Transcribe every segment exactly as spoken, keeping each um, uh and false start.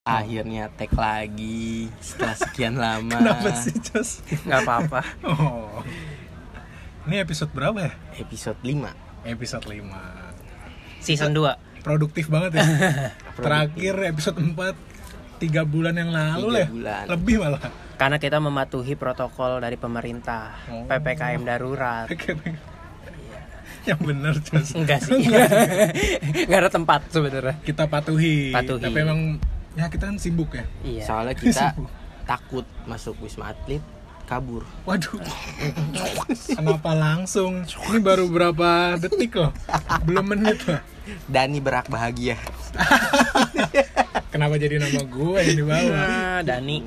Akhirnya tag lagi setelah sekian lama. Kenapa sih, Jos? Gak apa-apa. Oh. Ini episode berapa ya? Episode lima. Episode lima. Season dua. Produktif banget ya. Terakhir episode empat tiga bulan yang lalu lah. Bulan. Lebih malah. Karena kita mematuhi protokol dari pemerintah. Oh. P P K M darurat. Yang bener, Jos. Enggak sih. Enggak ada tempat sebenarnya. Kita patuhi. Patuhi. Tapi emang ya kita kan sibuk ya. Iya. Soalnya kita takut masuk Wisma Atlet kabur. Waduh. Kenapa langsung? Ini baru berapa detik loh. Belum menit loh. Dani berak bahagia. Kenapa jadi nama gue yang dibawa? Nah, Dani.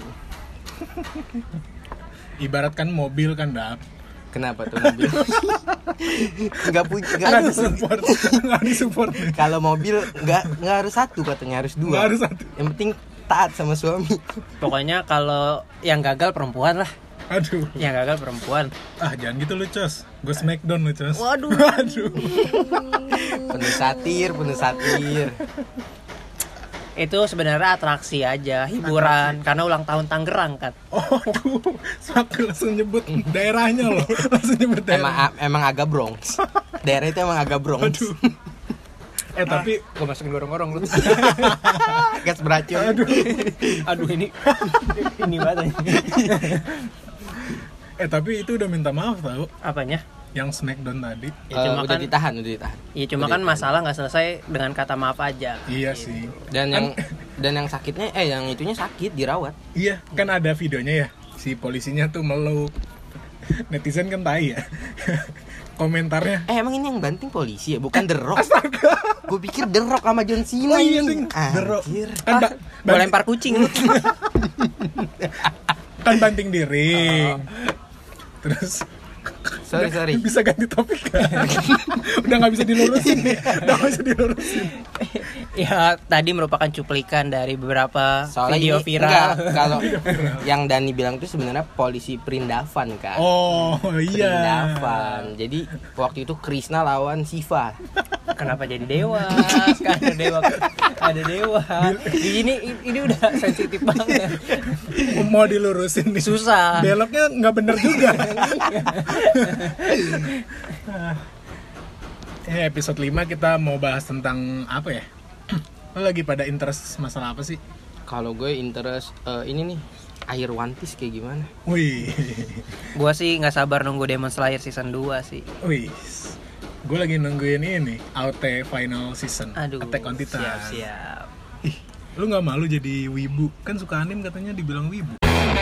Ibaratkan mobil kan, Dap. Kenapa tuh mobil? Enggak punya, Nggak disupport. Nggak disupport. Kalau mobil enggak enggak harus satu katanya, harus dua. Nggak harus satu. Yang penting taat sama suami. Pokoknya kalau yang gagal perempuan lah. Aduh. Yang gagal perempuan. Ah, jangan gitu lu, Cos. Gue smackdown lu, Cos. Waduh. Waduh. Penuh satir, penuh satir. Itu sebenarnya atraksi aja, hiburan atraksi. Karena ulang tahun Tangerang kan. Oh, aduh. Semakin langsung nyebut daerahnya loh. Langsung nyebut daerah. Emang emang agak Bronx. Daerah itu emang agak Bronx. Aduh. Eh tapi ah, gue masukin gorong-gorong lu. Gas beracun. Aduh. Aduh ini ini banget. Eh tapi itu udah minta maaf tau. Apanya? Yang smackdown tadi. Ya, uh, cuma udah kan, ditahan, udah ditahan. Iya cuma udah kan ditahan. masalah nggak selesai dengan kata maaf aja. Iya gitu. sih. Dan yang dan yang sakitnya eh yang itunya sakit dirawat. Iya, kan ada videonya ya. Si polisinya tuh meluk. Netizen kan tai ya. Komentarnya. Eh emang ini yang banting polisi ya, bukan The Rock. Astaga. Gue pikir The Rock sama John Cena Oh iya ini. sih. The Rock. Anjir. Kan ba- Gue banting- lempar kucing lu. kan banting diri. Terus Sorry, sorry. bisa ganti topik kan? Udah nggak bisa dilurusin nih. Udah nggak bisa dilurusin. Ya tadi merupakan cuplikan dari beberapa Soalnya video ini, viral. enggak, kalau yang Dani bilang itu sebenarnya polisi Perindavan kan. Oh iya. Perindavan. Jadi waktu itu Krishna lawan Siva. Kenapa jadi dewa? Kan ada dewa, ada dewa. Ini ini udah sensitif banget. Mau dilurusin nih. Susah. Beloknya nggak bener juga. Ini episode lima kita mau bahas tentang apa ya? Lo lagi pada interest masalah apa sih? Kalau gue interest uh, ini nih air One Piece kayak gimana? Wih. Gua sih nggak sabar nunggu Demon Slayer season dua sih. Wih. Gue lagi nungguin ini A O T final season. Aduh. Attack on Titan. Siap siap. Ih, lu nggak malu jadi wibu? Kan suka anime katanya dibilang wibu.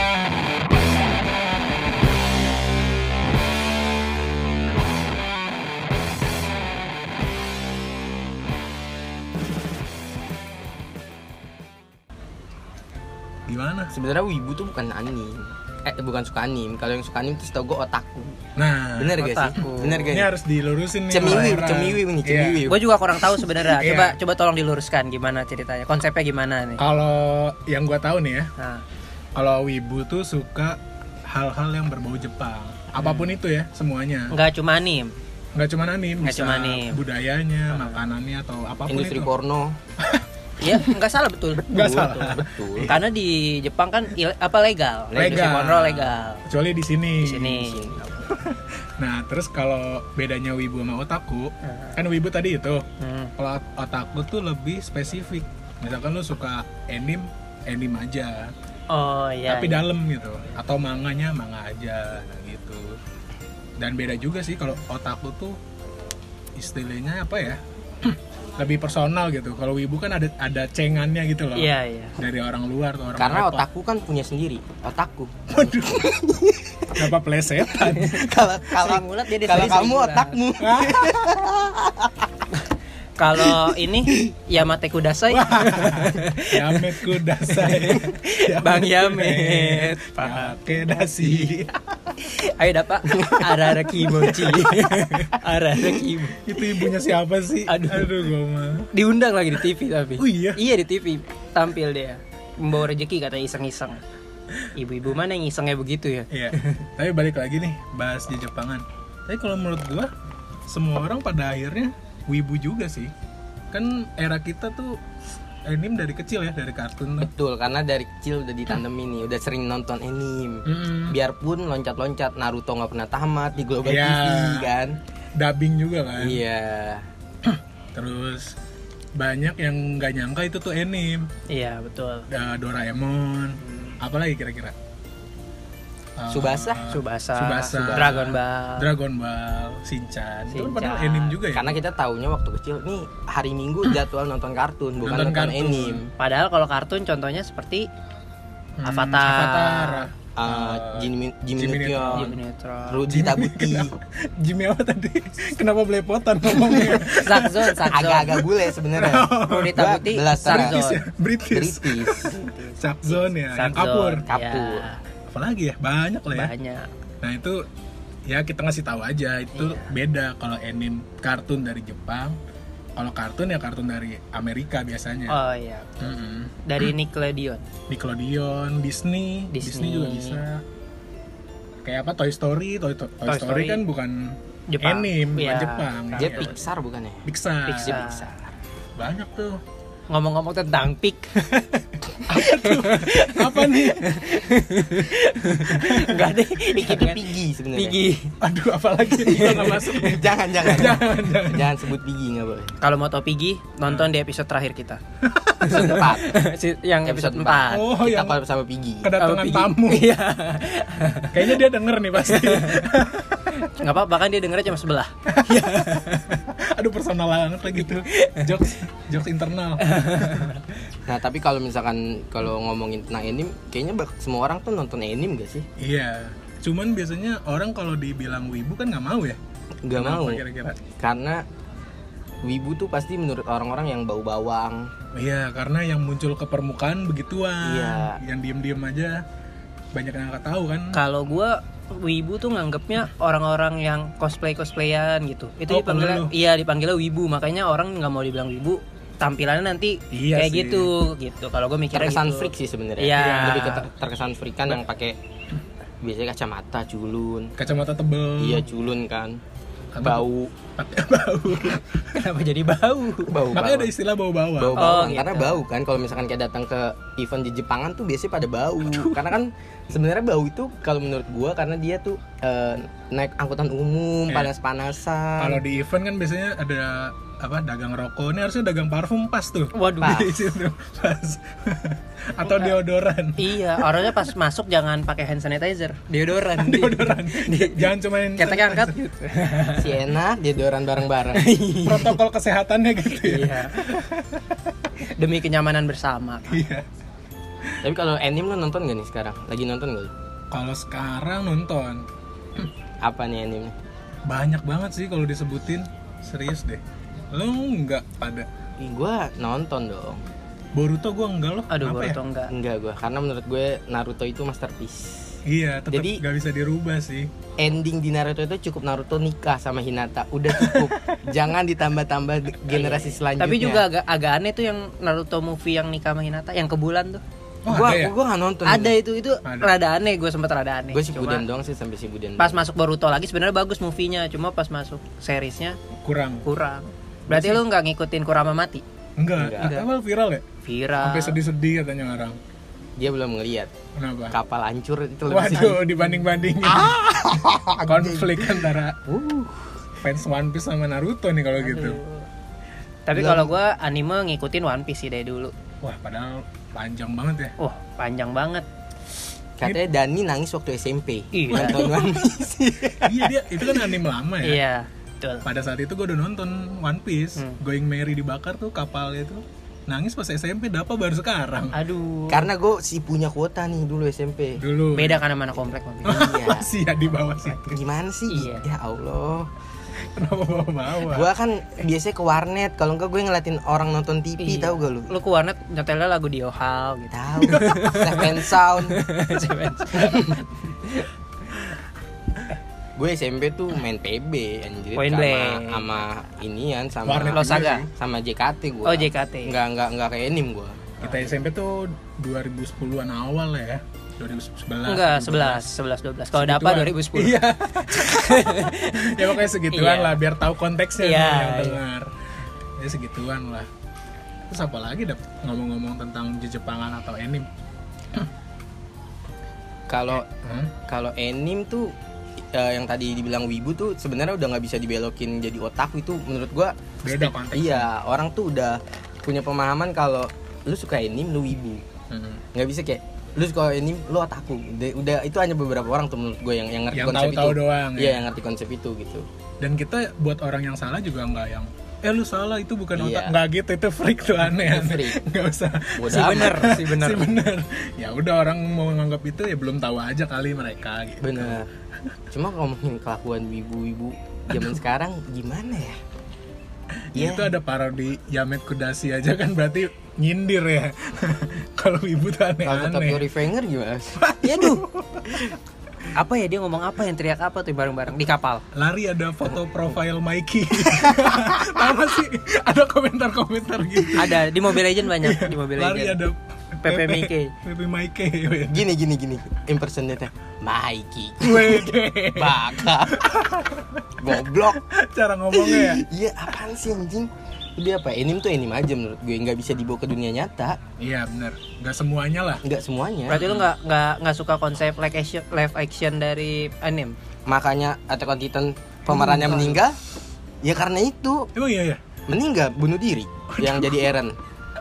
Gimana? Sebenarnya wibu tuh bukan anime. Eh bukan suka anime. Kalau yang suka anime tuh setahu gue otaku. Nah, Bener gak sih? Otaku. Bener gak? ini harus dilurusin nih. Cemiwi, orang-orang. cemiwi nih, Iya. cemiwi. Gue juga kurang tahu sebenarnya. Coba Iya. coba tolong diluruskan gimana ceritanya. Konsepnya gimana nih? Kalau yang gua tahu nih ya, Nah, kalau wibu tuh suka hal-hal yang berbau Jepang. Apapun itu ya, semuanya. nggak cuma anime. Nggak cuma anime, Nggak bisa cuma anime. budayanya, makanannya atau apapun Industri itu. porno. Iya, nggak salah betul. Nggak Betul, salah. Betul. Karena di Jepang kan il- apa legal? Legal. Industri porno legal. Kecuali di sini. Di sini. Nah, terus kalau bedanya wibu sama otaku, Hmm. kan wibu tadi itu. Hmm. Kalau otaku tuh lebih spesifik. Misalkan lu suka anime, anime aja. Oh iya. tapi iya. dalam gitu. Atau manganya manga aja, nah gitu. Dan beda juga sih kalau otaku tuh istilahnya apa ya? Lebih personal gitu. Kalau wibu kan ada ada cengannya gitu loh. Iya iya. Dari orang luar atau orang Karena apa. otaku kan punya sendiri. Otaku. Waduh. Kenapa plesetan? Kalau kalau Sering mulat dia di kalau sini kamu sering mulat. otakmu. Kalau ini Yamate Kudasai. Yamet kudasai. Bang Yamet. Pakai dasi. Ayo dapat ara-ara kimochi. Ara-ara kimochi. Itu ibunya siapa sih? Aduh. Aduh gua mah. Diundang lagi di T V tapi. Oh iya? Iya di T V tampil dia. Membawa rezeki katanya iseng-iseng. Ibu-ibu mana yang isengnya begitu ya? Iya. Tapi balik lagi nih bahas di Jepangan. Tapi kalau menurut gua semua orang pada akhirnya wibu juga sih. Kan era kita tuh anime dari kecil ya, dari kartun tuh. Betul, karena dari kecil udah ditanemin nih, udah sering nonton anime. Mm. Biarpun loncat-loncat Naruto nggak pernah tamat di Global Iya. T V kan. Dubbing juga kan. Iya. Terus banyak yang nggak nyangka itu tuh anime. Iya, betul. Ada Doraemon. Apalagi kira-kira? Uh, Tsubasa. Subasa, Tsubasa. Dragon Ball. Dragon Ball, Shinchan. Itu kan padahal Shinchan. anime juga ya. Karena kita taunya waktu kecil nih hari Minggu jadwal nonton kartun, bukan Nonton nonton, kartun. anime. Padahal kalau kartun contohnya seperti Hmm, Avatar. Avatar. Uh, Uh, Jimmy Jimmy Jimmy Neutron. Jimmy Neutron. Rudy Tabuti. Jimmy apa tadi? Kenapa belepotan ngomongnya? Zakzon, Zakzon. Agak-agak bule sebenarnya. Rudy Gua Tabuti, belas Zakzon. British ya? British. British. Zakzon ya, yang Zakzon, kapur. Kapur. ya, Apalagi ya? Banyak lah ya. banyak. Nah itu ya kita ngasih tahu aja itu Iya. beda kalau anime kartun dari Jepang. Kalau kartun ya kartun dari Amerika biasanya. Oh iya. Mm-mm. Dari Nickelodeon. Nickelodeon, Disney, Disney, Disney. juga bisa. Kayak apa Toy Story, Toy, Toy, Toy Toy Story Story. kan bukan Jepang. anime, bukan Iya. Jepang. Dia Iya. Pixar bukan ya? Pixar. Pixar. Pixar. Banyak tuh. Ngomong-ngomong tentang pik. Apa nih? Enggak deh. Pig itu Piggy sebenarnya. Pigi. Aduh, apalagi kita nggak masuk. jangan jangan Jangan, jangan. jangan sebut Piggy nggak boleh. Kalau mau tau Pigi, nonton di episode terakhir kita. Episode empat. Yang episode empat. Oh, Kita yang kalau sama Piggy. kedatangan Piggy. tamu. Iya. Kayaknya dia denger nih pasti. Enggak apa, bahkan dia dengernya cuma sebelah. Aduh, personal banget lagi tuh. Jokes, jokes internal. Nah tapi kalau misalkan kalau ngomongin tentang anime, kayaknya bak- semua orang tuh nonton anime gak sih? Iya. Cuman biasanya orang kalau dibilang wibu kan nggak mau ya. Nggak Kenapa mau. kira-kira? Karena wibu tuh pasti menurut orang-orang yang bau bawang. Iya, karena yang muncul ke permukaan begituan. Iya. Yang diem-diem aja banyak yang nggak tahu kan. Kalau gua wibu tuh nganggapnya orang-orang yang cosplay-cosplayan gitu. Itu Oh, dipanggilnya kalau lu? iya dipanggilnya wibu, makanya orang nggak mau dibilang wibu. Tampilannya nanti Iya kayak sih. gitu gitu. Kalau gue mikirnya Terkesan gitu. freak sih sebenarnya. Iya. Lebih ke ter- terkesan freak kan yang pakai biasanya kacamata culun. Kacamata tebel. Iya culun kan. Atau- Bau. Pakai bau. Kenapa jadi bau? Bau Makanya ada bawang. istilah bau bawang. Bau Oh, bawang gitu. karena bau kan kalau misalkan kayak datang ke event di Jepangan tuh biasanya pada bau. Karena kan sebenarnya bau itu kalau menurut gua karena dia tuh eh, naik angkutan umum, Iya. panas-panasan. Kalau di event kan biasanya ada apa dagang rokok, ini harusnya dagang parfum pas tuh. Waduh. Pas. Di situ pas. Atau deodoran. Iya, orangnya pas masuk jangan pakai hand sanitizer, deodoran. Deodoran. Jangan cuman Keteknya angkat. si enak deodoran bareng-bareng. protokol kesehatannya gitu ya. Iya. Demi kenyamanan bersama. Iya. Tapi kalau anime lo nonton gak nih sekarang? Lagi nonton gak lo? Kalau sekarang nonton Apa nih anime? banyak banget sih kalau disebutin, serius deh. Lo enggak pada Ih, gua nonton dong. Boruto gua enggak loh. Aduh, Kenapa Boruto ya? enggak. Enggak gua, karena menurut gue Naruto itu masterpiece. Iya, tetap Jadi- nggak bisa dirubah sih. Ending di Naruto itu cukup Naruto nikah sama Hinata. Udah cukup. Jangan ditambah-tambah di- generasi selanjutnya. Tapi juga agak agak aneh tuh yang Naruto movie yang nikah sama Hinata yang ke bulan tuh. Oh, gua ada ya? gua gak nonton. Ada itu itu Ada. rada aneh, gue sempet rada aneh. Gue si Cuma Buden doang sih sampai si Buden. pas masuk Boruto lagi sebenarnya bagus movie-nya, cuma pas masuk seriesnya Kurang. kurang. Berarti lu nggak ngikutin Kurama mati? Enggak. Enggak. Apa viral ya? Viral. Sampai sedih-sedih katanya orang. Dia belum ngelihat Kenapa? kapal hancur itu lebih Waduh, dibanding-bandingin. Ah! Konflik antara Uh. fans One Piece sama Naruto nih kalau gitu. Tapi Belum. kalau gue anime ngikutin One Piece sih dari dulu. Wah, padahal panjang banget ya. Wah, panjang banget. Katanya Dani nangis waktu S M P. Iya. Nonton One Piece. Iya, dia itu kan anime lama ya. Iya, betul. Pada saat itu gue udah nonton One Piece, Hmm. Going Merry dibakar tuh kapalnya tuh. Nangis pas S M P, dapat baru sekarang. Aduh. Karena gue si punya kuota nih dulu S M P. Dulu. Beda karena mana komplek One Piece. Iya. Masih ya di bawah situ. Gimana sih? Iya. Ya Allah. Kenapa bawa-bawa? Gua kan biasanya ke warnet, kalau enggak gue ngeliatin orang nonton T V, Iya. tahu gak lu? Lu ke warnet nyetelnya lagu Diohal gitu. Tahu. Seven Sound. Gue S M P tuh main P B anjir Point sama blank. sama inian sama Warnet Losaga. sama J K T gue. Oh, J K T. Enggak enggak enggak kayak anime gue. Kita S M P tuh dua ribu sepuluhan awal lah ya. dua ribu sebelas. Enggak, sebelas, sebelas, dua belas. Kalau dapat dua ribu sepuluh. Iya. Ya pokoknya segituan Iya. lah biar tahu konteksnya Iya, nih yang iya. dengar. Ya segituan lah. Terus apa lagi dap ngomong-ngomong tentang Jepangan atau anime? Kalau Hmm? kalau anime tuh eh, yang tadi dibilang wibu tuh sebenarnya udah nggak bisa dibelokin jadi otaku, itu menurut gua Beda spe- konteksnya. Iya, orang tuh udah punya pemahaman kalau lu suka anime lu wibu. Hmm. Nggak bisa kayak lu suka anime lu otaku. Udah, udah itu hanya beberapa orang tuh menurut gue yang yang ngerti Yang konsep tahu-tahu itu. doang, Iya, ya. yang ngerti konsep itu gitu. Dan kita buat orang yang salah juga nggak yang eh lu salah itu bukan Iya. otak, nggak gitu, itu freak tuh aneh Itu aneh. freak. Nggak usah Bodoh Si amat. bener, si bener. si bener. Ya udah, orang mau nganggap itu ya belum tahu aja kali mereka gitu. Bener. Cuma ngomongin kelakuan wibu-wibu zaman sekarang gimana ya? Ya, itu ada parodi Yamet Kudasi aja kan berarti nyindir ya. Kalau ibu tuh Kalau tetap aneh-aneh. Yori Wenger gimana? Ya duh. Apa ya dia ngomong apa yang teriak apa tuh bareng-bareng di kapal? Lari ada foto profile Mikey. Apa sih? Ada komentar-komentar gitu. Ada di Mobile Legend banyak, di Mobile Lari Legend. ada Pepe Mikey. Pepe Mikey. Gini gini gini. Impersonate-nya Mikey. Wede. Baka. Goblok. Cara ngomongnya ya. Iya, apaan sih anjing? Dia apa? Anime tuh anime aja menurut gue, nggak bisa dibawa ke dunia nyata. Iya benar. Gak semuanya lah. Nggak semuanya. Berarti lu nggak nggak nggak suka konsep live action live action dari anime? Makanya Attack on Titan pemerannya Hmm. meninggal. Ya karena itu Emang iya ya. meninggal, bunuh diri yang jadi Eren.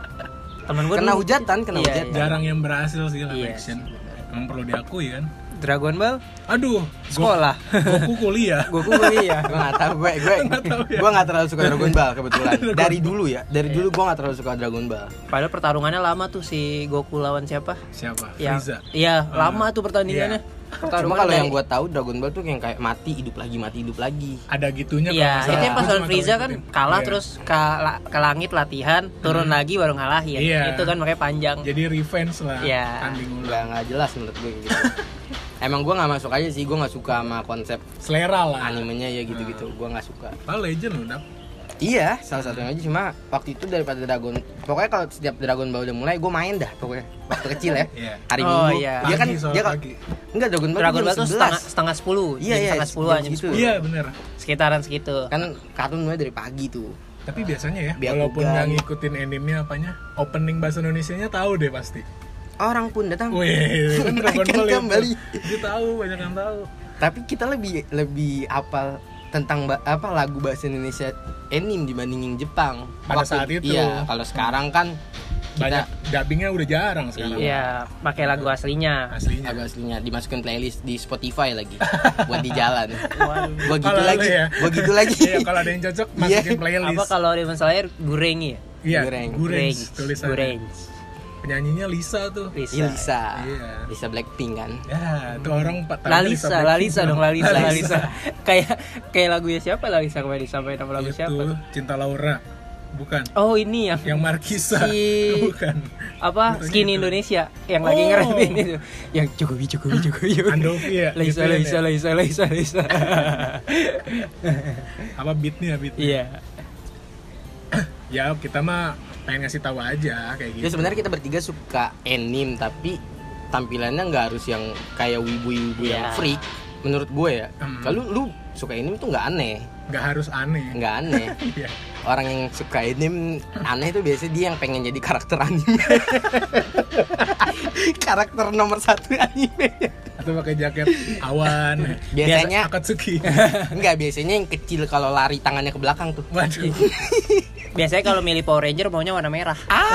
Temen gue Kena dulu- hujatan, kena Iya, hujatan. iya. Jarang yang berhasil sih live Iya, action. Emang perlu diakui kan. Dragon Ball Aduh, sekolah. Goku kuliah. Gue kuliah. Gue nggak tahu, gue gue tahu ya. gue nggak terlalu suka Dragon Ball kebetulan. Dari dulu ya, dari dulu gue nggak terlalu suka Dragon Ball. Padahal pertarungannya lama tuh si Goku lawan siapa? Siapa? Yang Frieza. iya, Ah, lama tuh pertandingannya. Cuma Pertarungan kalau dari- yang gue tahu Dragon Ball tuh yang kayak mati hidup lagi, mati hidup lagi. Ada gitunya Iya, kalau nggak itu salah. yang pas Gua lawan cuma Frieza tahu kan ikutin. kalah Iya. terus ke, la- ke langit latihan, turun lagi baru ngalahin. Iya. Itu kan makanya panjang. Jadi revenge lah. Iya. Tanding ulang. Nggak nggak jelas menurut gue gitu. Emang gue nggak masuk aja sih, gue nggak suka sama konsep Selera lah. animenya ya gitu-gitu. Gue nggak suka. Padahal legend loh, Dap. Iya, salah satunya aja, cuma waktu itu daripada Dragon, pokoknya kalau setiap Dragon Ball udah mulai gue main dah pokoknya waktu kecil ya. Iya. Hari Oh, Minggu. iya. Dia kan Pagi, soal dia kan pagi. enggak Dragon Ball, Dragon jam Ball tuh sebelas. setengah setengah sepuluh, Iya, jadi iya, setengah sepuluh jam jam segitu. sepuluh. Iya bener. Sekitaran segitu. Kan kartun mulai dari pagi tuh. Tapi biasanya ya, Byakugan. walaupun nggak ngikutin animenya apanya, opening bahasa Indonesianya tahu deh pasti. Orang pun datang. Wih, kan Dragon Akan Ball itu. kembali. Dia tahu, banyak yang tahu. Tapi kita lebih lebih apal tentang ba- apa lagu bahasa Indonesia anime dibandingin Jepang. Pada saat itu. Iya, kalau sekarang kan Banyak kita dubbingnya udah jarang sekarang. Iya, pakai lagu aslinya. Aslinya. agak aslinya dimasukin playlist di Spotify lagi buat di jalan. Waduh. Gua gitu Kalau lagi, ada ya. gua gitu lagi. Iya, kalau ada yang cocok masukin playlist. Apa kalau Demon Slayer Gurengi ya? Iya, Gureng. Gureng tulisannya. Gureng. Penyanyinya Lisa tuh. Lisa. Iya, Lisa. Iya. Lisa Blackpink kan. Ya, tuh orang empat tahun Lalisa, Lalisa dong, Lalisa, Lalisa. Lalisa. Kayak kayak lagunya siapa Lalisa kemarin disampaikan nama lagu Itu siapa? tuh? Cinta Laura. Bukan. Oh, ini yang Yang Markisa. Si- Bukan. apa? Bukannya Skin itu. Indonesia yang lagi Oh. ngerapin itu. Yang cukupi cukupi cukupi. Andovi ya. Laisa, Gituin Laisa, ya? Laisa, Laisa, Laisa. Apa beatnya beatnya? Iya. Ya kita mah pengen ngasih tahu aja kayak gitu. Ya sebenarnya kita bertiga suka anime tapi tampilannya nggak harus yang kayak wibu-wibu yang Iya. freak. Menurut gue ya. Hmm. Kalau lu suka anime tuh nggak aneh, nggak harus aneh. nggak aneh. Iya. Orang yang suka anime aneh tuh biasanya dia yang pengen jadi karakter anime. Karakter nomor satu anime. Atau pakai jaket awan. Biasanya Akatsuki. enggak, biasanya yang kecil kalau lari tangannya ke belakang tuh. Waduh. Biasanya kalau milih Power Ranger maunya warna merah.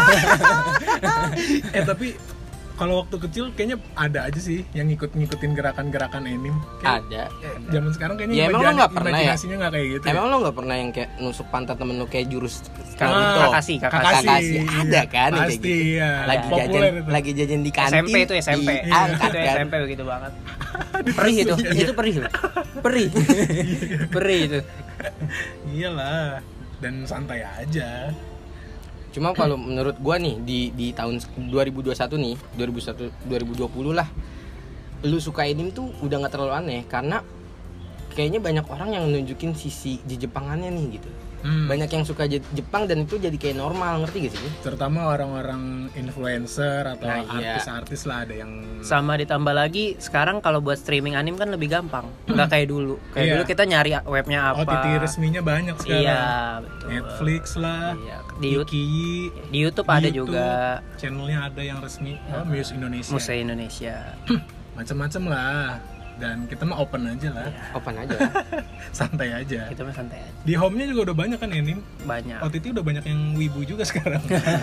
Eh tapi kalau waktu kecil kayaknya ada aja sih yang ngikut-ngikutin gerakan-gerakan anime. Kayak, Ada. eh, zaman sekarang kayaknya Ya, emang lo imajina- nggak pernah ya? imajinasinya nggak kayak gitu. Emang lo nggak pernah yang kayak nusuk pantat temen lo kayak jurus Ah, Naruto? Kakashi, Kakashi. Kakashi. Kakashi. Ada kan yang kayak Pasti gitu. ya. Lagi Populer jajan, itu. lagi jajan di S kantin. M P itu S M P. diangkat Itu kan. S M P begitu banget. Perih itu. Itu perih loh. Perih. Perih itu. Iyalah. Dan santai aja. Cuma kalau menurut gua nih di di tahun dua ribu dua puluh satu nih, dua ribu satu dua ribu dua puluh lah. Lu suka anime tuh udah nggak terlalu aneh karena kayaknya banyak orang yang nunjukin sisi Jepangannya nih gitu. Hmm. Banyak yang suka Je- Jepang dan itu jadi kayak normal, ngerti gak sih? Terutama orang-orang influencer atau Nah, iya. artis-artis lah, ada yang Sama ditambah lagi sekarang kalau buat streaming anime kan lebih gampang, nggak kayak dulu. Kayak Iya. dulu kita nyari webnya apa. O T T resminya banyak sekarang. Iya, betul. Netflix lah, Iya. Di YouTube, Viki, di YouTube di ada YouTube, juga channelnya ada yang resmi, oh, Muse Indonesia, Musea Indonesia. macam-macam lah. Dan kita mah open aja lah, Open aja. santai aja. Kita mah santai aja. Di home-nya juga udah banyak kan anime. Banyak. O T T udah banyak yang wibu juga sekarang.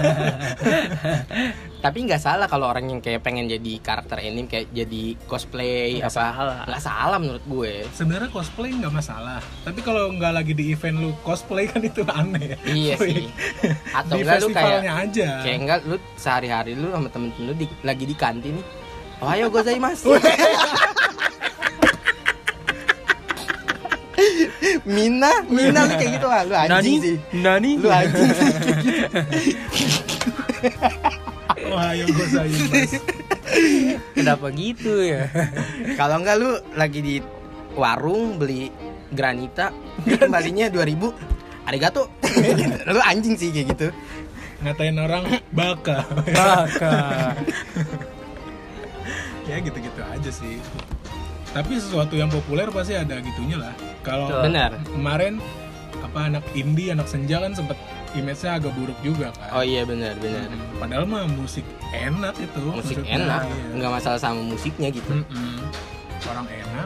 Tapi nggak salah kalau orang yang kayak pengen jadi karakter anime, kayak jadi cosplay Nggak apa. salah. Nggak salah menurut gue. Sebenarnya cosplay nggak masalah, tapi kalau nggak lagi di event lu cosplay kan itu aneh. Iya sih. Atau Di enggak lu kayak festivalnya aja. kayak enggak lu sehari-hari lu sama temen-temen lu di, lagi di kantin nih. Ohayo gozaimasu. Mina, Mina lu kayak gitu lah, lu anjing sih. Nani? Lu anjing sih. Wah, yang gue sayang mas. Kenapa gitu ya? Kalau enggak lu lagi di warung beli granita, kembalinya dua ribu. Arigato. Lu anjing sih kayak gitu. Ngatain orang baka. Baka. Ya gitu-gitu aja sih. Tapi sesuatu yang populer pasti ada gitunya lah. Kalau Betul. Benar. kemarin apa anak indie, anak senja kan sempet image-nya agak buruk juga kan. Oh iya benar, benar. Padahal mah musik enak itu. Musik maksudnya. enak, Iya. enggak masalah sama musiknya gitu. Mm-mm. Orang enak.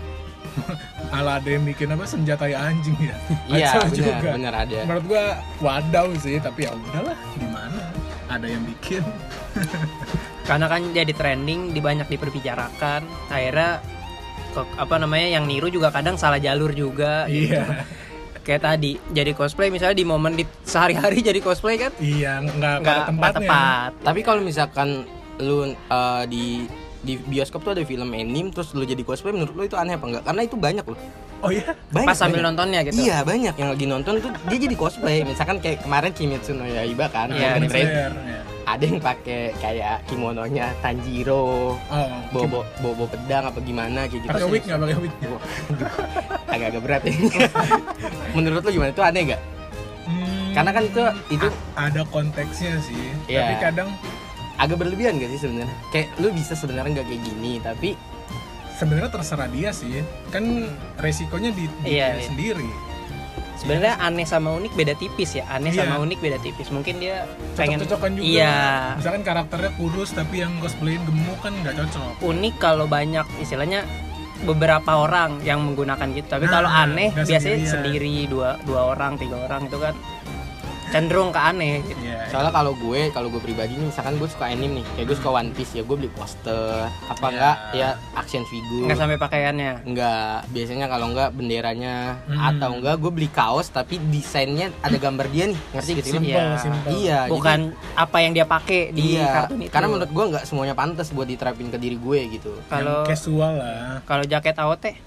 Ala ada yang bikin apa senjata ya anjing ya. Iya, Kacau benar, juga. benar ada. Menurut gua wadaw sih, tapi ya udahlah, di mana ada yang bikin. Karena kan jadi trending, di banyak diperbicarakan. Akhirnya ke- apa namanya yang niru juga kadang salah jalur juga. gitu. Iya. Kayak tadi jadi cosplay misalnya di momen di sehari-hari jadi cosplay kan Iya, nggak pada nggak nggak tempatnya. tepat. Tapi kalau misalkan lu uh, di di bioskop tuh ada film anime terus lu jadi cosplay, menurut lu itu aneh apa enggak? Karena itu banyak loh. Oh iya. Banyak, Pas sambil banyak. nontonnya gitu. Iya, banyak yang lagi nonton tuh dia jadi cosplay. Misalkan kayak kemarin Kimetsu no Yaiba kan, Iya, yang trend. Konser, ya. Ada yang pakai kayak kimononya Tanjiro, Oh, bobo bobo pedang apa gimana kayak gitu. pakai wig nggak pakai wig? Agak-agak berat ya. Menurut lu gimana, itu aneh nggak? Hmm, Karena kan itu itu ada konteksnya sih. Iya. Tapi kadang agak berlebihan gak sih sebenarnya? Kayak lu bisa sebenarnya nggak kayak gini, tapi sebenarnya terserah dia sih. Kan resikonya di, di Iya, dia iya. sendiri. Sebenarnya aneh sama unik beda tipis ya. Aneh Iya. sama unik beda tipis. Mungkin dia pengen Cocok-cocokan juga. Iya. Misalkan karakternya kurus tapi yang cosplayin gemuk kan nggak cocok. Unik kalau banyak istilahnya beberapa orang yang menggunakan gitu. Tapi Nah, kalau aneh nggak biasanya sendirian. sendiri dua dua orang, tiga orang itu kan cenderung ke aneh gitu. Iya. soalnya kalau gue kalau gue pribadi nih, misalkan gue suka anime nih, kayak gue suka One Piece ya, gue beli poster apa Iya. enggak ya action figure. Nggak sampai pakaiannya. Enggak, biasanya kalau enggak benderanya Hmm. atau enggak gue beli kaos tapi desainnya ada gambar dia nih, ngerti gitu sih? Simple, Iya. simple. Iya, Bukan apa yang dia pakai jadi, di iya, kartun itu. karena menurut gue nggak semuanya pantas buat diterapin ke diri gue gitu. kalau Yang casual lah. kalau jaket A O T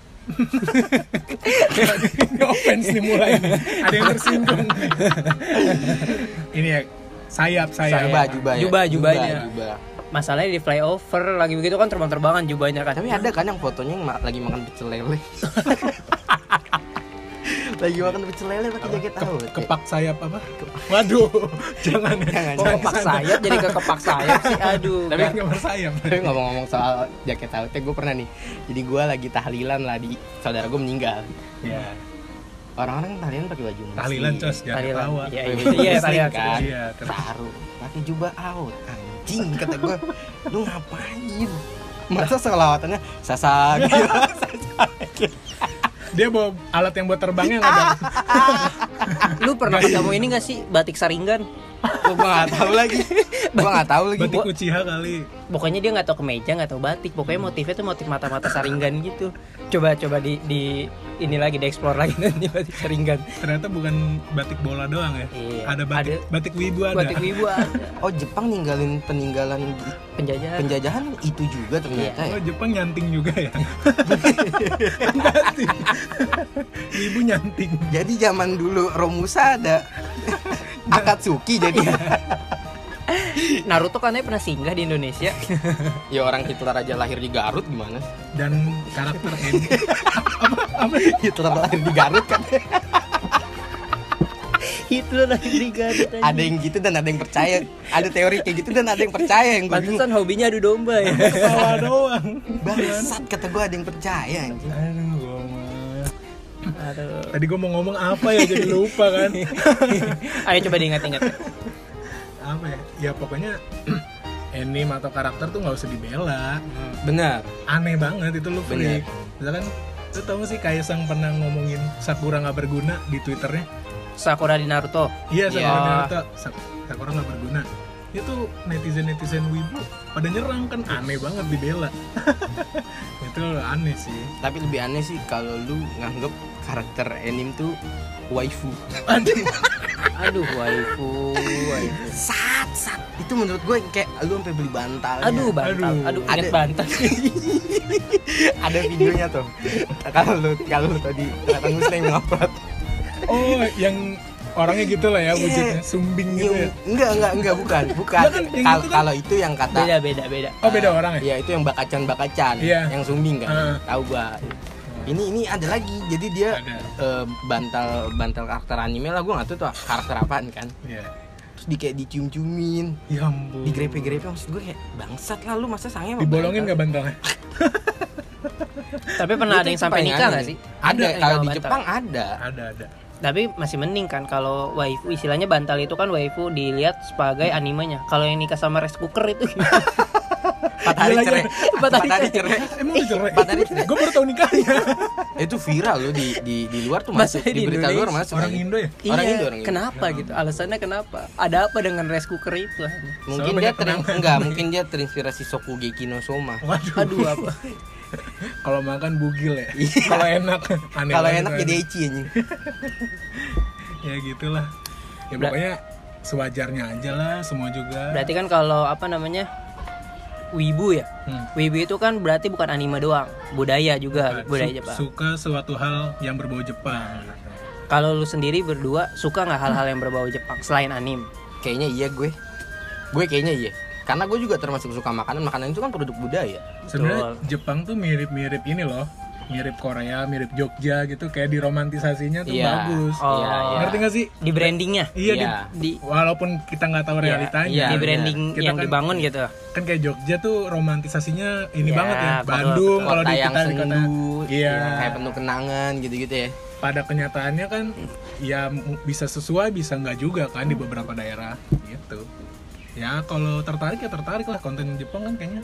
Ini offense nih mulai nih. Ada yang tersinggung nih. Ini ya sayap sayap. Jubah, jubah ya. Jubah, jubahnya. Jubah. masalahnya di flyover lagi begitu kan terbang-terbangan jubahnya kan. Tapi ada kan yang fotonya yang ma- lagi makan pecel lele. Lagi makan pecel lele pakai jaket Ke- A O T. kepak sayap apa? Waduh, jangan ya. Jangan, Oh, kepak sayap jadi ke kepak sayap sih. Aduh. Tapi Nggak. nggak bersayap. Tapi ngomong-ngomong soal jaket A O T, gue pernah nih. Jadi gue lagi tahlilan lah di saudara gue meninggal. Iya. Orang-orang tahlilan pakai baju muslim. Tahlilan cos, jangan Tahlilan. ketawa. Iya, Pakai iya, baju iya, muslim tahlilan. kan. Iya, terus. Taruh pakai jubah A O T. Anjing kata gue. Lu ngapain? Masa selawatannya sasa gitu. Dia bawa alat yang buat terbangnya nggak ada. Lu pernah ketemu ini gak sih batik Saringan? Gue nggak tahu lagi. Gue nggak tahu lagi. Batik Uchiha kali. Pokoknya dia nggak tahu kemeja, nggak tahu batik. Pokoknya motifnya tuh motif mata-mata Saringan gitu. Coba coba di, di ini lagi dieksplor lagi nanti batik Saringan. Ternyata bukan batik bola doang ya. Iya. Ada batik Ada. batik wibu ada. Batik wibu ada. Oh, Jepang ninggalin peninggalan di- Penjajahan. penjajahan itu juga ternyata Oh, ya. Jepang nyanting juga ya. Berarti. Wibu nyanting. Jadi zaman dulu Romusa ada Akatsuki jadi. Naruto kan pernah singgah di Indonesia. Ya orang Hitler aja lahir di Garut gimana? Dan karakter N Hitler lahir di Garut kan. gitu lah di Garut aja. Ada yang gitu dan ada yang percaya. Ada teori kayak gitu dan ada yang percaya, yang gue bingung. Pantesan hobinya adu domba ya. Ketawa doang. Bangsat kata gue, ada yang percaya anjing. Aduh, gua mah. Aduh. Tadi gue mau ngomong apa ya jadi lupa kan. Ayo coba diingat-ingat. Apa ya? Ya pokoknya anime atau karakter tuh nggak usah dibela. Benar. Aneh banget itu lu freak. Misalkan lu tau gak sih Kaisang pernah ngomongin Sakura nggak berguna di Twitternya? Sakura di Naruto. Iya, Sakura Iya. Naruto. Sak- Sakura nggak berguna. Itu netizen-netizen wibu pada nyerang kan, aneh banget dibela. Itu aneh sih. Tapi lebih aneh sih kalau lu nganggep karakter anime tuh waifu. Aduh, waifu, waifu. Sat, sat. Itu menurut gue kayak lu sampai beli bantal. Aduh, bantal. Aduh. Aduh, inget Ada- bantal. Ada videonya tuh. Kalau lu kalau lu tadi kelihatan muslim ngupload. Oh, yang orangnya gitu lah ya, Iya. wujudnya sumbing gitu ya. Enggak, enggak, enggak, bukan, bukan. Enggak kan, yang Kal- itu kan- Kalau itu yang kata Beda, beda, beda. Oh, beda orang ya? ya itu yang bakacan-bakacan, Iya. yang sumbing kan. Ah. Tahu gua. Ini ini ada lagi. Jadi dia Ada. eh, bantal bantal karakter anime lah, gua enggak tahu tuh karakter apaan kan. Iya. Terus di kayak dicium-ciumin, Ya ampun. digrepe-grepe, maksud gue kayak bangsat lah lu, masa sange sama Dibolongin bantal? nggak bantalnya? Tapi pernah ada Itu yang sampai paling nikah aneh nggak nih. sih? Ada, yang kalau sama di bantal. Jepang ada. Ada, ada. Tapi masih mending kan kalau waifu, istilahnya bantal itu kan waifu dilihat sebagai animenya. Kalau yang nikah sama rice cooker itu gimana? Empat hari Iya lagi. cerai. Empat hari Empat hari cerai. Emang udah cerai? Empat hari cerai. Gue baru tahu nikahnya. Itu viral loh di di di luar tuh Masa masuk, di di berita luar Indonesia? masuk. Orang aja. Indo ya? Orang Iya, Indo, orang Indo. kenapa gitu? Alasannya kenapa? Ada apa dengan rice cooker itu? Mungkin Soalnya dia banyak terin, kenangan. enggak, mungkin dia terinspirasi Shokugeki no Soma. Waduh. Aduh, apa? Kalau makan bugil ya. Iya. Kalau enak. Aneh Kalau banget enak kan. jadi ecchi anjing. Ya gitulah. Ya Ber- pokoknya sewajarnya aja lah, semua juga. Berarti kan kalau apa namanya? Wibu ya. Hmm. Wibu itu kan berarti bukan anime doang, budaya juga, Bukan. budaya Su- Jepang. Suka suatu hal yang berbau Jepang. Kalau lu sendiri berdua suka nggak hal-hal yang berbau Jepang selain anime? Kayaknya iya gue. Gue kayaknya iya. Karena gue juga termasuk suka makanan. Makanan itu kan produk budaya. Sebenarnya Jepang tuh mirip-mirip ini loh. Mirip Korea, mirip Jogja gitu, kayak diromantisasinya tuh Iya. bagus. Oh, Iya, iya. Ngerti gak sih? Di brandingnya, Iya, Iya. di- di walaupun kita nggak tahu iya, realitanya. iya. di branding Kita yang kan- dibangun gitu. Kan kayak Jogja tuh romantisasinya ini Iya, banget ya. betul, Bandung betul. kalau Kota di yang kita di kota. sendu, Iya. kayak penuh kenangan gitu-gitu ya. Pada kenyataannya kan ya m- bisa sesuai, bisa nggak juga kan di beberapa daerah gitu. Ya kalau tertarik ya tertarik lah, konten Jepang kan kayaknya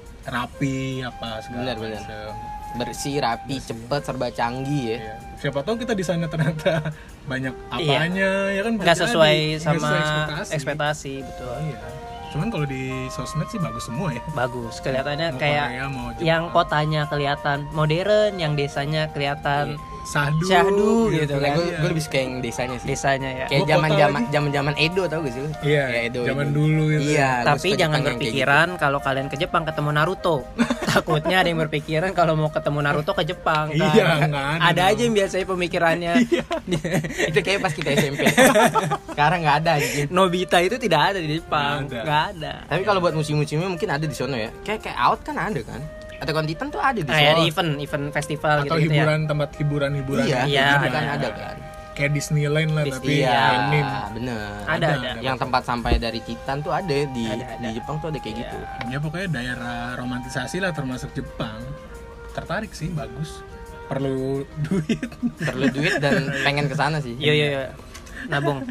rapi apa segala Benar, benar. macam. Bersih, rapi, cepet, serba canggih ya. Iya. Siapa tahu kita di sana ternyata banyak apanya ya kan bisa Nggak sesuai jadi. Nggak sama sesuai ekspektasi. ekspektasi, betul. Iya. Cuman kalau di sosmed sih bagus semua ya. Bagus, kelihatannya Mau kayak Korea, mau Jepang. yang kotanya kelihatan modern, yang desanya kelihatan Sahdu, Syahdu gitu Nah, kan. gue, gue lebih suka yang desanya sih. desanya ya. Kayak Gua zaman kota zaman lagi. zaman zaman Edo tau gak sih? lu? Iya, Kayak Edo. zaman Edo. dulu itu. Iya. gua Tapi suka jangan Jepang yang kayak berpikiran kalau kalian ke Jepang ketemu Naruto. Takutnya ada yang berpikiran kalau mau ketemu Naruto ke Jepang kan. Iya, nggak ada Ada dong. aja yang biasanya pemikirannya. gitu. Itu kayak pas kita S M P. Sekarang nggak ada anjing. Nobita itu tidak ada di Jepang. Nggak ada. Nggak ada. Tapi kalau buat musim-musimnya mungkin ada di sono ya. Kayak kayak out kan ada kan. Atau Titan tuh ada di Nah, ya, sono. di event, event festival Atau gitu, gitu ya. hiburan, tempat hiburan-hiburan. Iya, Iya, ada kan ada. ada kan. Kayak Disneyland lah, Dis- tapi Iya, anime. bener. Ada, Ada, ada. Yang tempat sampai dari Titan tuh ada di Ada, ada. di Jepang tuh ada kayak Iya. gitu. Ya pokoknya daerah romantisasi lah termasuk Jepang. Tertarik sih, bagus. Perlu duit. Perlu duit dan pengen ke sana sih. Yo yo yo. Nabung.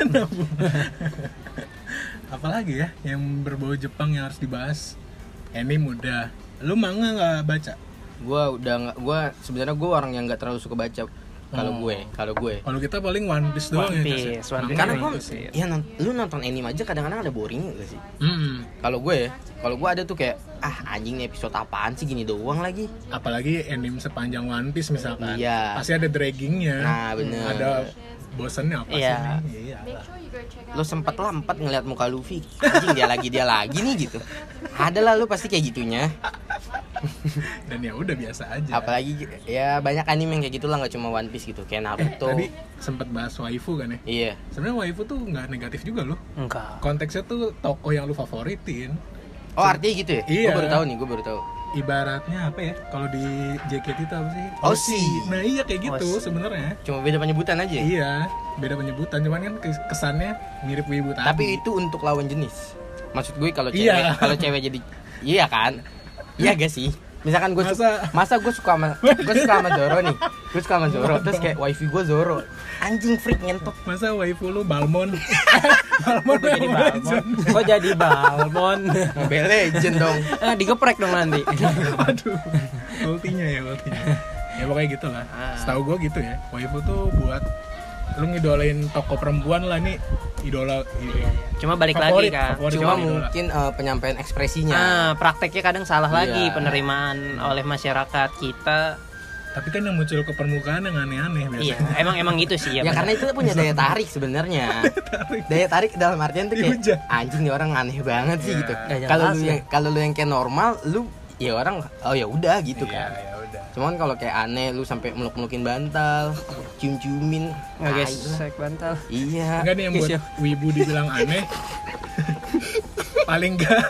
Apalagi ya yang berbau Jepang yang harus dibahas? Anime udah. Lu manga nggak baca? Gua udah nggak, gua sebenarnya gua orang yang nggak terlalu suka baca. Kalau Oh. gue, kalau gue. Kalau kita paling One Piece doang One ya. Piece, Kas, ya? One Piece. Manga Karena itu gue, sih. ya non- lu nonton anime aja kadang-kadang ada boringnya gak sih? Mm-mm. Kalau gue ya, kalau gue ada tuh kayak ah anjing nih episode apaan sih gini doang lagi. Apalagi anime sepanjang One Piece misalkan. Iya. Pasti ada draggingnya. Nah, bener. Ada bosannya apa Iya. sih nih? Iya. Lo sempet lah empat ngeliat muka Luffy, anjing dia lagi dia lagi nih gitu. Ada lah lu pasti kayak gitunya. Dan ya udah biasa aja. Apalagi ya banyak anime yang kayak gitu lah, nggak cuma One Piece gitu, kayak Naruto. Tadi sempet bahas waifu kan ya. Iya. Sebenarnya waifu tuh nggak negatif juga loh. Enggak. Konteksnya tuh tokoh yang lu favoritin. Oh artinya gitu ya? Iya. Gue baru tahu nih, gue baru tahu. ibaratnya apa ya? Kalau di J K T itu apa sih? Osi. Nah iya kayak gitu Osi. sebenarnya. Cuma beda penyebutan aja. Iya, beda penyebutan, cuman kan kesannya mirip wibu tadi. Tapi itu untuk lawan jenis. Maksud gue kalau cewek, Iya. kalau cewek jadi iya kan? Iya gak sih? Misalkan gue Masa- suka, masa gue suka sama gue suka sama Zoro nih. Gue suka sama Zoro terus kayak wifi gue Zoro. Anjing freak ngentot. Masa waifu lu Balmon? Kok jadi Balmon? Kok jadi Balmon? Mobile Legend dong. Ah, digeprek dong nanti. Aduh, ultinya ya ultinya. Ya pokoknya gitu lah. Ah. Setahu gue gitu ya. Waifu tuh buat lu ngidolain tokoh perempuan lah nih, idola. Iya, iya. Cuma balik Favorit, lagi kan. favorit. Cuma idola. mungkin eh, penyampaian ekspresinya. Ah, prakteknya kadang salah Iya. lagi penerimaan oleh masyarakat kita. Tapi kan yang muncul ke permukaan yang aneh-aneh Iya, biasanya. emang emang gitu sih ya. Ya benar. karena itu punya daya tarik sebenarnya. Daya tarik dalam artian tuh kayak Dihujat. anjing nih orang aneh banget sih Iya. gitu. Ya, jelas Kalau lu ya. yang kalau lu yang kayak normal, lu ya orang oh ya udah gitu Iya, kan. ya udah. Cuman kalau kayak aneh lu sampai meluk-melukin bantal, cium-ciumin, Nggak tai gesek bantal. lah. Iya. Enggak nih yang buat Iya. wibu dibilang aneh. Paling enggak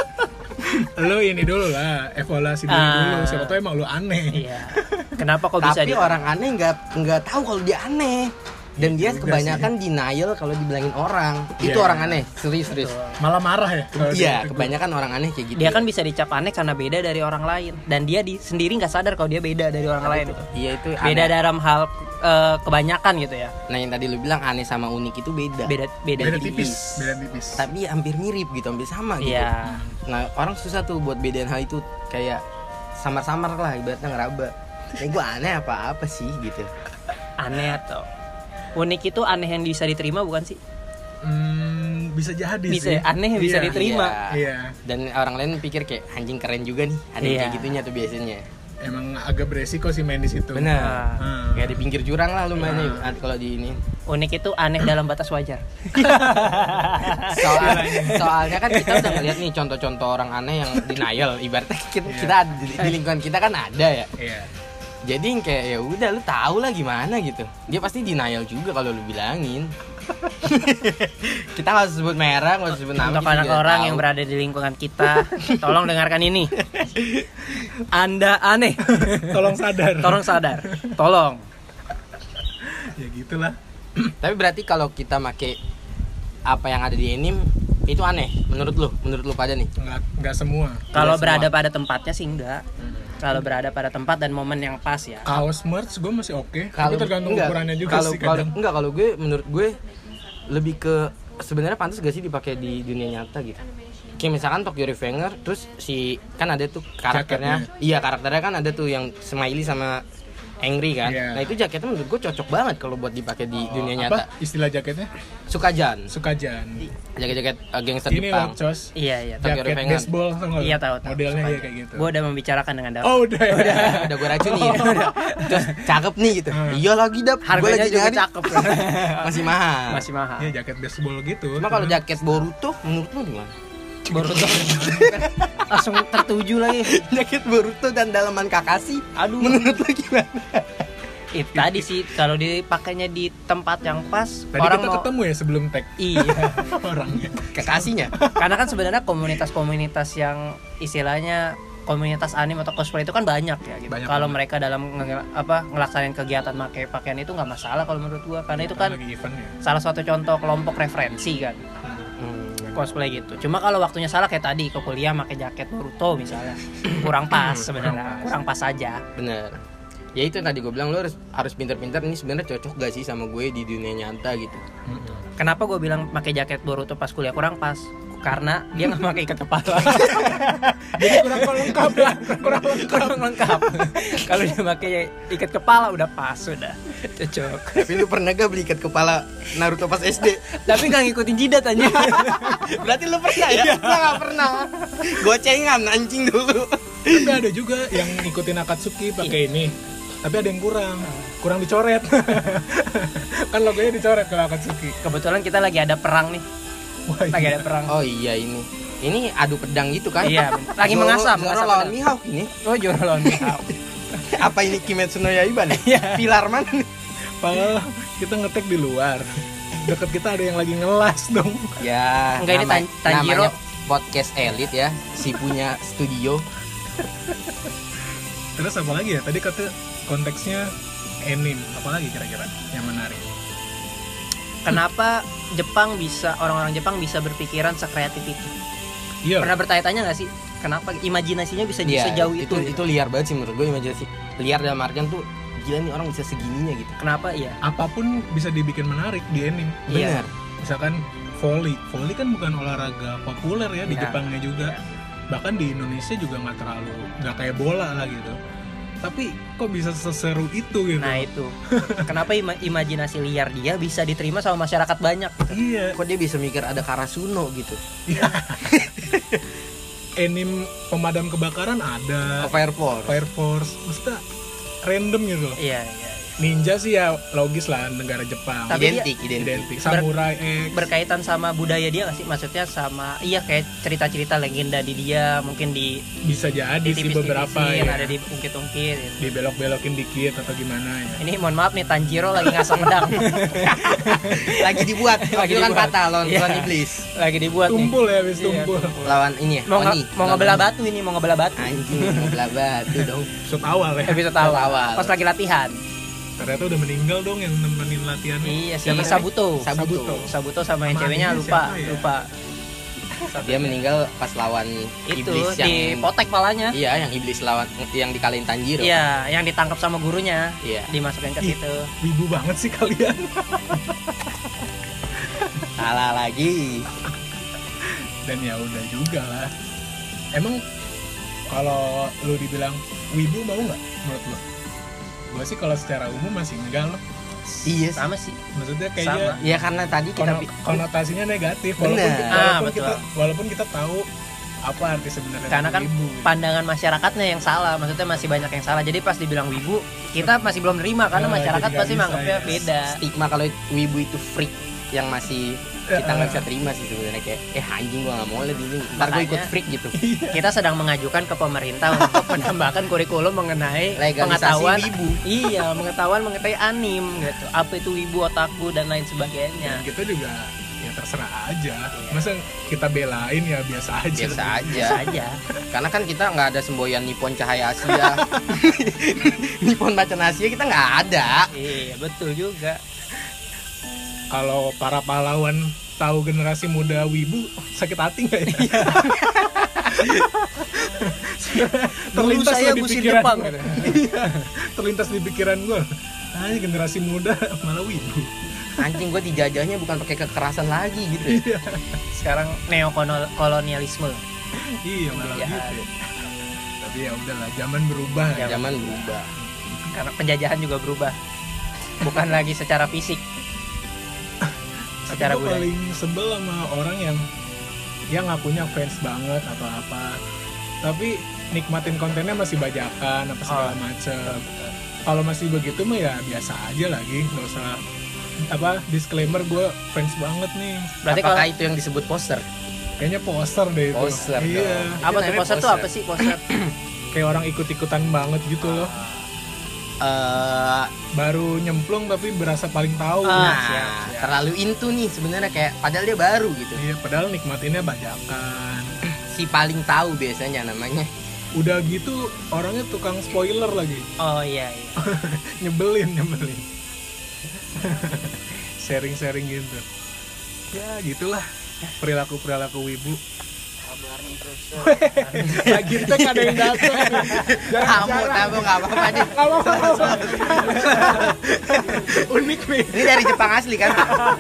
lu ini dulu lah, evaluasi diri Ah. dulu. Siapa tahu emang lu aneh. Iya. Kenapa kok bisa Tapi di orang aneh nggak nggak tahu kalau dia aneh. Dan dia Juga kebanyakan denial kalau dibilangin orang. Iya. Itu orang aneh, serius serius. Malah marah ya. kalau Iya, dia- kebanyakan orang aneh kayak gitu. dia kan bisa dicap aneh karena beda dari orang lain dan dia di, sendiri nggak sadar kalau dia beda dari orang lain. Iya itu Beda aneh. dalam hal eh, kebanyakan gitu ya. Nah yang tadi lu bilang aneh sama unik itu beda. Beda beda, beda tipis. tipis, beda tipis. Tapi hampir mirip gitu, hampir sama gitu. Iya. Nah orang susah tuh buat bedain hal itu, kayak samar-samar lah ibaratnya ngeraba. Ini gue aneh apa-apa sih gitu. Aneh atau unik itu aneh yang bisa diterima bukan sih? Hmm, bisa jadi Bisa sih. aneh yang bisa Iya. diterima. Iya. Dan orang lain pikir kayak anjing keren juga nih. Ada yang Iya. kayak gitunya tuh biasanya. Emang agak beresiko sih main di situ. Benar. Hmm. Kayak di pinggir jurang lah lu mainnya kalau di ini. Unik itu aneh dalam batas wajar. Soal, soalnya kan kita udah ngeliat nih contoh-contoh orang aneh yang denial. Ibaratnya kita, kita ada- di, di lingkungan kita kan ada ya. Iya. Jadi yang kayak ya udah lu tahu lah gimana gitu. Dia pasti denial juga kalau lu bilangin. Kita nggak usah sebut merah, nggak usah sebut nama. Untuk kita juga orang-orang tahu. yang berada di lingkungan kita, tolong dengarkan ini. Anda aneh. Tolong sadar. Tolong sadar. Tolong. Ya gitulah. Tapi berarti kalau kita make apa yang ada di anime itu aneh menurut lu, menurut lu pada nih. Enggak enggak semua. Kalau semua. berada pada tempatnya sih enggak. Kalau berada pada tempat dan momen yang pas ya. Kaos merch gue masih oke. Tapi tergantung enggak, ukurannya juga kalau, sih kalau, kadang. enggak kalau gue menurut gue lebih ke sebenarnya pantas gak sih dipakai di dunia nyata gitu. Kayak misalkan Tokyo Revenger terus si kan ada tuh karakternya. Iya, karakternya kan ada tuh yang smiley sama angry kan. Iya. Nah, itu jaketnya menurut gue cocok banget kalau buat dipakai di dunia nyata. Apa istilah jaketnya? Sukajan. Sukajan. Jaket-jaket uh, gangster Ini Jepang. loh, Cos. Iya, iya. Tokyo Jaket Revenger. baseball tau nggak lu? Iya, tahu, tahu. Modelnya Suka ya kayak gitu. Gua udah membicarakan dengan Daud. Oh, udah. ya. udah udah gue racunin. Terus cakep nih gitu. Hmm. Iya lagi dap. Gua Harganya lagi juga nyari. cakep. Masih mahal. Masih mahal. Iya, jaket baseball gitu. Cuma kalau jaket Boruto menurut lu gimana? Boruto langsung tertuju lagi. Jaket Boruto dan dalaman Kakashi. Aduh. Menurut lu gimana? Itu tadi sih kalau dipakainya di tempat yang pas Tadi orang kita mau ketemu ya sebelum tag iya. orangnya. Kakashinya. Karena kan sebenarnya komunitas-komunitas yang istilahnya komunitas anime atau cosplay itu kan banyak ya gitu. Banyak Kalau banget. mereka dalam nge- apa ngelaksanain kegiatan pakai pakaian itu nggak masalah kalau menurut gua karena itu kan lagi event ya. salah satu contoh kelompok referensi kan Hmm. cosplay gitu. Cuma kalau waktunya salah kayak tadi ke kuliah pakai jaket Boruto misalnya kurang pas sebenarnya, kurang pas aja. Bener. Ya itu yang tadi gue bilang lu harus harus pinter-pinter ini sebenarnya cocok gak sih sama gue di dunia nyata gitu. Kenapa gue bilang pakai jaket Boruto pas kuliah kurang pas? Karena dia nggak pakai ikat kepala. Jadi kurang lengkap ya. Kurang lengkap. Kurang lengkap. Kalau dia pakai ikat kepala udah pas sudah cocok. Tapi lu pernah gak beli ikat kepala Naruto pas S D? Tapi nggak ngikutin jidat aja. Berarti lu pernah ya? Gue gak pernah. Gocengan anjing dulu. Tapi ada juga yang ngikutin Akatsuki pakai ini. Tapi ada yang kurang. Kurang dicoret. Kan logonya dicoret kalau Akatsuki. Kebetulan kita lagi ada perang nih. Wah, Lagi ada perang. Oh iya ini. Ini adu pedang gitu kan? Iya, lagi Zoro- mengasah, Zoro mengasah lawan pedang. Mihawk ini. Oh, Zoro lawan Mihawk. Apa ini Kimetsu no Yaiba nih? Iya. Pilar mana? Padahal kita ngetek di luar. Deket kita ada yang lagi ngelas dong. Ya, Enggak, ini nama- Tan- Tanjiro. namanya podcast elit ya, si punya studio. Terus apa lagi ya? Tadi kata konteksnya anime, apa lagi kira-kira yang menarik? Kenapa Jepang bisa orang-orang Jepang bisa berpikiran sekreatif itu? Iya. Pernah bertanya-tanya nggak sih? Kenapa imajinasinya bisa Iya, sejauh itu itu? itu liar banget sih menurut gue imajinasi. Liar dalam artian tuh gila nih orang bisa segininya gitu. Kenapa ya? Apapun bisa dibikin menarik di anime. Iya. Benar. Misalkan volley, volley kan bukan olahraga populer ya di Iya. Jepangnya juga. Bahkan di Indonesia juga nggak terlalu, nggak kayak bola lah gitu. Tapi kok bisa seseru itu gitu? Nah itu. Kenapa ima- imajinasi liar dia bisa diterima sama masyarakat banyak? Gitu? Iya. Kok dia bisa mikir ada Karasuno gitu. Anime pemadam kebakaran ada, Oh, Fire Force. Fire Force, maksudnya random gitu loh. Iya, iya. Ninja sih ya logis lah, negara Jepang. Tapi Identik, identik. Identik. Samurai X. Berkaitan sama budaya dia nggak sih? Maksudnya sama iya kayak cerita-cerita legenda di dia mungkin di Bisa jadi di sih tipis-tipisin, beberapa ya. ada di ungkit-ungkit. Gitu. Dibelok-belokin dikit atau gimana ya. Ini mohon maaf nih Tanjiro lagi ngasah pedang. Lagi dibuat. Lagi Itu kan dibuat. patah lawan Iya. lawan iblis. lagi dibuat Tumpul nih. ya, habis Iya, tumpul. tumpul. Lawan ini ya. Mau nge- Oni. mau Lawan ngebelah Oni. batu ini, mau ngebelah batu. Anjing, mau ngebelah batu dong. Episode awal ya. Episode awal. awal. Pas lagi latihan. Ternyata udah meninggal dong yang nemenin latihan. Iya sih, Siapa Sabuto. Sabuto. Sabuto sama yang Sama ceweknya adiknya lupa, siapa ya? lupa. Dia meninggal pas lawan Itu iblis yang di potek palanya. Iya, yang iblis lawan yang dikalahin Tanjiro. Iya, yang ditangkap sama gurunya. Iya. Dimasukin ke Ih. situ. Wibu banget sih kalian. Salah lagi. Dan ya udah juga lah. Emang kalau lu dibilang wibu mau nggak menurut lu? Gue sih kalau secara umum masih enggak loh. Iya sih. Sama sih. Maksudnya Sama. kayaknya Ya karena tadi kita kono- konotasinya negatif. Walaupun, Bener. kita, Ah, walaupun betul. kita walaupun kita tahu apa arti sebenarnya Karena kan wibu. pandangan masyarakatnya yang salah, maksudnya masih banyak yang salah. Jadi pas dibilang wibu, kita masih belum nerima karena Nah, masyarakat jadi nggak pasti bisa, menganggapnya ya. beda. stigma kalau wibu itu freak yang masih kita Eh, nggak eh. bisa terima sih sebenarnya, kayak eh anjing gua nggak mau lihat ini, ntar gua ikut Makanya- freak gitu. Kita sedang mengajukan ke pemerintah untuk menambahkan kurikulum mengenai Legalisasi pengetahuan wibu. Iya, pengetahuan mengenai anim gitu. Apa itu wibu, otaku dan lain Dan sebagainya. kita juga ya terserah aja. Masa kita belain ya biasa aja. Biasa aja. Biasa aja. Karena kan kita nggak ada semboyan Nippon Cahaya Asia, Nippon Macan Asia kita nggak ada. Iya, betul juga. Kalau para pahlawan tahu generasi muda wibu, sakit hati nggak ya? Dulu saya lah di gusir pikiran Jepang. gua. Iya, terlintas di pikiran gue. Ah, ini generasi muda malah wibu. Anjing gua dijajahnya bukan pakai kekerasan lagi gitu ya. Iya, Sekarang neokolonialisme. iya malah Penjajahan. gitu. Tapi ya udahlah, zaman berubah. ya. Zaman berubah. Karena penjajahan juga berubah. Bukan lagi secara fisik. Tapi Secara gue budaya. paling sebel sama orang yang yang ngakunya fans banget atau apa, tapi nikmatin kontennya masih bajakan apa segala Oh. macem. Kalau masih begitu mah ya biasa aja lagi, nggak usah apa disclaimer gue fans banget nih. Berarti Apakah kalau itu yang disebut poster? Kayaknya poster deh itu. Poster Iya. dong. apa tuh namanya poster tuh poster. apa sih poster? Kayak orang ikut-ikutan banget gitu loh. Eh, Baru nyemplung tapi berasa paling tahu. Ah. nah, siap, siap. terlalu into nih sebenarnya, kayak padahal dia baru gitu. Iya, padahal nikmatinnya bajakan. Si paling tahu biasanya namanya. Udah gitu orangnya tukang spoiler lagi. Oh iya, iya. Nyebelin, nyebelin. Sharing-sharing gitu. Ya, gitulah perilaku-perilaku wibu. Lagi tek ada yang datang. Kamu tahu nggak apa-apa deh. Unik nih. Ini dari Jepang asli kan?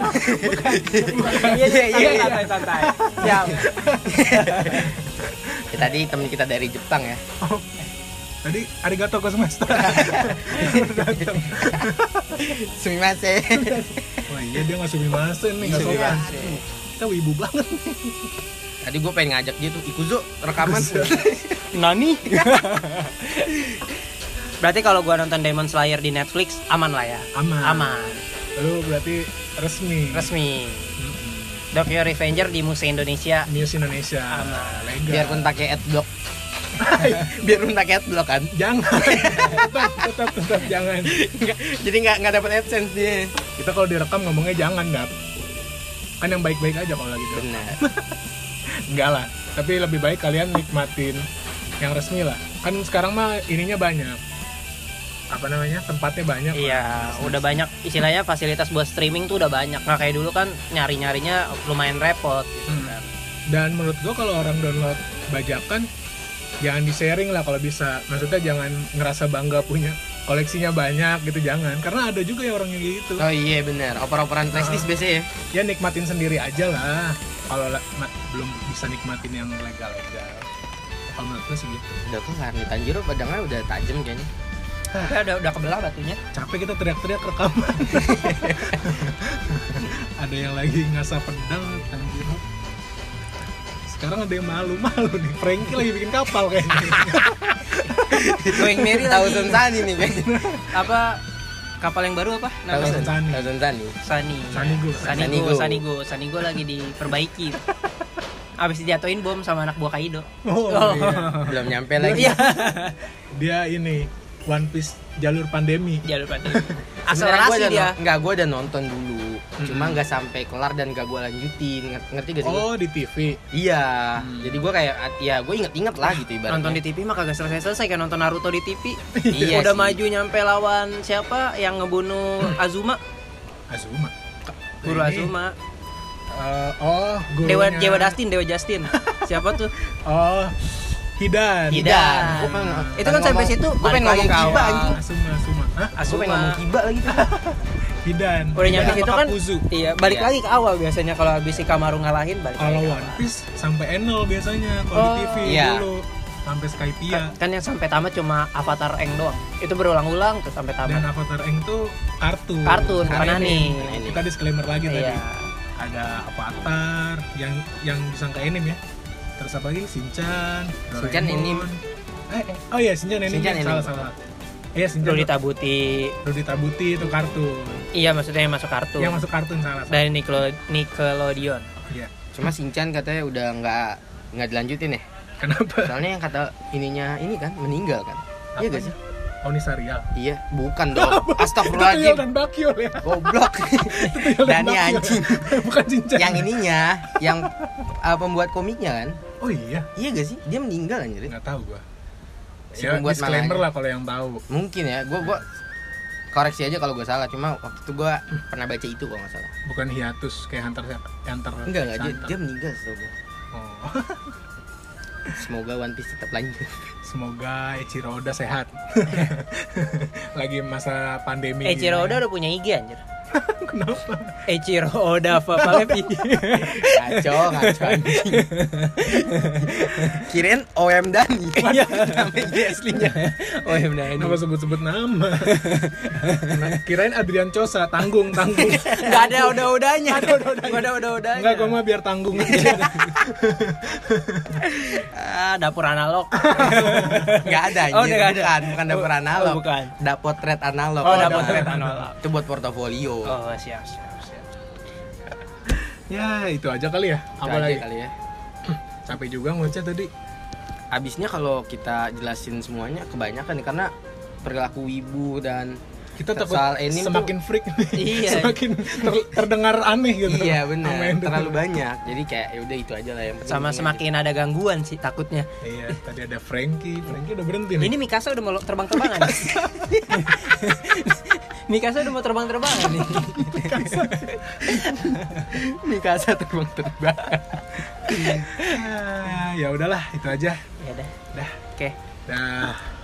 Iya iya iya santai-santai. Siap. Ya, tadi temen kita dari Jepang ya. Tadi arigato gozaimasu. Sumimasen. Wah iya dia nggak sumimasen nih, nggak sopan. Kita wibu banget. Tadi gue pengen ngajak dia tuh, Ikuzo rekaman. Nani? Berarti kalau gua nonton Demon Slayer di Netflix aman lah ya. Aman. Aman. Lu berarti resmi. Resmi. Mm-mm. Tokyo Revenger di Museum Indonesia. News Indonesia. Aman. Legal. Biarpun pakai adblock. Biarpun pakai adblock kan. Jangan. tetap, tetap, tetap jangan. Nggak- jadi nggak nggak dapat AdSense dia. Kita kalau direkam ngomongnya jangan, Dap. Kan yang baik-baik aja kalau gitu. Benar. Enggak lah. Tapi lebih baik kalian nikmatin yang resmi lah. Kan sekarang mah ininya banyak. Apa namanya? Tempatnya banyak. Iya, lah. udah banyak istilahnya fasilitas buat streaming tuh udah banyak. Nggak kayak dulu kan nyari-nyarinya lumayan repot gitu Hmm. kan. Dan menurut gua kalau orang download bajakan jangan di-sharing lah kalau bisa. Maksudnya jangan ngerasa bangga punya koleksinya banyak gitu, jangan. Karena ada juga ya orang yang gitu. Oh iya benar, oper-operan flashdisk biasanya ya. Ya nikmatin sendiri aja lah. Kalau la- ma- belum bisa nikmatin yang legal-legal. Kalau menurut gue sih gitu. Udah kelar nih, Tanjiro padangnya udah tajam kayaknya. Tapi udah udah kebelah batunya. Capek kita teriak-teriak rekaman. Ada yang lagi ngasah pedang, Tanjiro. Sekarang ada yang malu-malu nih. Frankie lagi bikin kapal kayaknya. Going Merry Thousand lagi Sunny nih kayaknya. apa kapal yang baru apa? Namanya Thousand Sunny. Thousand Sunny. Sani. Sanigo. Sanigo, Sanigo. Sanigo, Sanigo lagi diperbaiki. Abis dijatuhin bom sama anak buah Kaido. Oh, Oh. iya. Belum nyampe lagi. Iya. Dia ini One Piece jalur pandemi. Jalur pandemi. Sebenarnya gua Akselerasi udah dia. no- Enggak, gue udah nonton dulu. Mm-mm. Cuma nggak sampai kelar dan gak gue lanjutin. Ngerti, ngerti gak sih? lu? Oh, di T V. Iya. Hmm. Jadi gue kayak ya gue inget-inget lah gitu ibaratnya. Nonton di T V mah kagak selesai-selesai kan nonton Naruto di T V. Iya Udah sih. maju nyampe lawan siapa yang ngebunuh Azuma? Azuma. Guru Ini, Azuma. eh, oh, gurunya. Dewa Dewa Dustin, Dewa Justin. Siapa tuh? Oh, Hidan. Hidan. Gua pengen- Itu kan sampai situ Gue pengen balik lagi ngomong ke Kiba awal. anjing. Asuma, Asuma. Hah? Gue pengen Asuma. ngomong Kiba lagi tuh. Hidan. Udah nyampe Hidan situ sama kan? Kakuzu. Iya, balik Iya. lagi ke awal biasanya kalau habis si Kamaru ngalahin balik Kalau lagi. ke One awal. Piece sampai Enel biasanya kalau Oh, di T V iya. dulu. Sampai Skypiea. Kan, kan yang sampai tamat cuma Avatar Eng doang. Itu berulang-ulang tuh sampai Dan tamat. Avatar Eng tuh kartun. Kartun, bukan Karena anime. ini. Kita disclaimer lagi Iya. tadi. Ada Avatar yang yang disangka anime ya. Terus apa lagi? Shinchan, Shinchan Doraemon. anime. Eh, eh, oh iya Shinchan anime. Shinchan salah anime. salah. Iya Shinchan. Rudi Tabuti. Rudi Tabuti itu kartun. Iya, maksudnya yang masuk kartun. Yang masuk kartun salah. salah. Dari Nickel- Nickelodeon. Iya. Cuma Shinchan katanya udah nggak nggak dilanjutin ya. Kenapa? Soalnya yang kata ininya ini kan meninggal kan. Iya Apa gak sih? Onisarial. Iya, bukan dong. Itu Tuyul Astagfirullahaladzim. dan Bakyol ya. Goblok. Tuyul dan Dani Bakyol. anjing. Bukan Shinchan. Yang ininya, yang uh, pembuat komiknya kan. Oh iya. Iya gak sih? Dia meninggal anjir. Nggak tahu gua. Si Ya, pembuat disclaimer manganya. lah kalau yang tahu. Mungkin ya, gua gua koreksi aja kalau gua salah. Cuma waktu itu gua pernah baca itu kalau nggak salah. Bukan hiatus kayak Hunter Hunter. Enggak enggak dia, Hunter. dia meninggal setahu gua. Oh. Semoga One Piece tetap lanjut. Semoga Eiichiro Oda sehat. Lagi masa pandemi. Eiichiro gini. Oda udah punya I G anjir. Kenapa? Eiichiro Oda Papa Levi. Ngaco, ngaco anjing. Kirain O M Dani. Iya. Nama I G aslinya. Oh iya benar ini. Kenapa sebut-sebut nama? Kirain Adrian Cosa, tanggung, tanggung. Enggak ada udah-udahnya. Enggak ada udah-udahnya. Enggak, gua mah biar tanggung aja. Ah, dapur analog. Enggak ada anjir. Oh, udah nggak ada. Bukan, bukan dapur analog. Oh, bukan. Dapotret analog. Oh, ada. dapur analog. Itu buat portofolio. Oh, siap, siap, siap. Ya, itu aja kali ya. Itu Apa aja lagi? kali ya. Capek juga ngoceh tadi. Abisnya kalau kita jelasin semuanya kebanyakan nih karena perilaku wibu dan Kita takut soal anime semakin freak nih. Iya. Semakin ter- terdengar aneh gitu. iya Sama benar yang terlalu denger. banyak. Jadi kayak ya udah itu aja lah yang penting. Sama semakin ada gangguan sih takutnya. Iya, tadi ada Frankie. Frankie udah berhenti nih. Ini Mikasa udah mau terbang-terbangan. Mikasa udah mau terbang-terbangan nih. Mikasa terbang-terbang. Ah, ya udahlah, itu aja. Ya udah. Dah. Oke. Dah.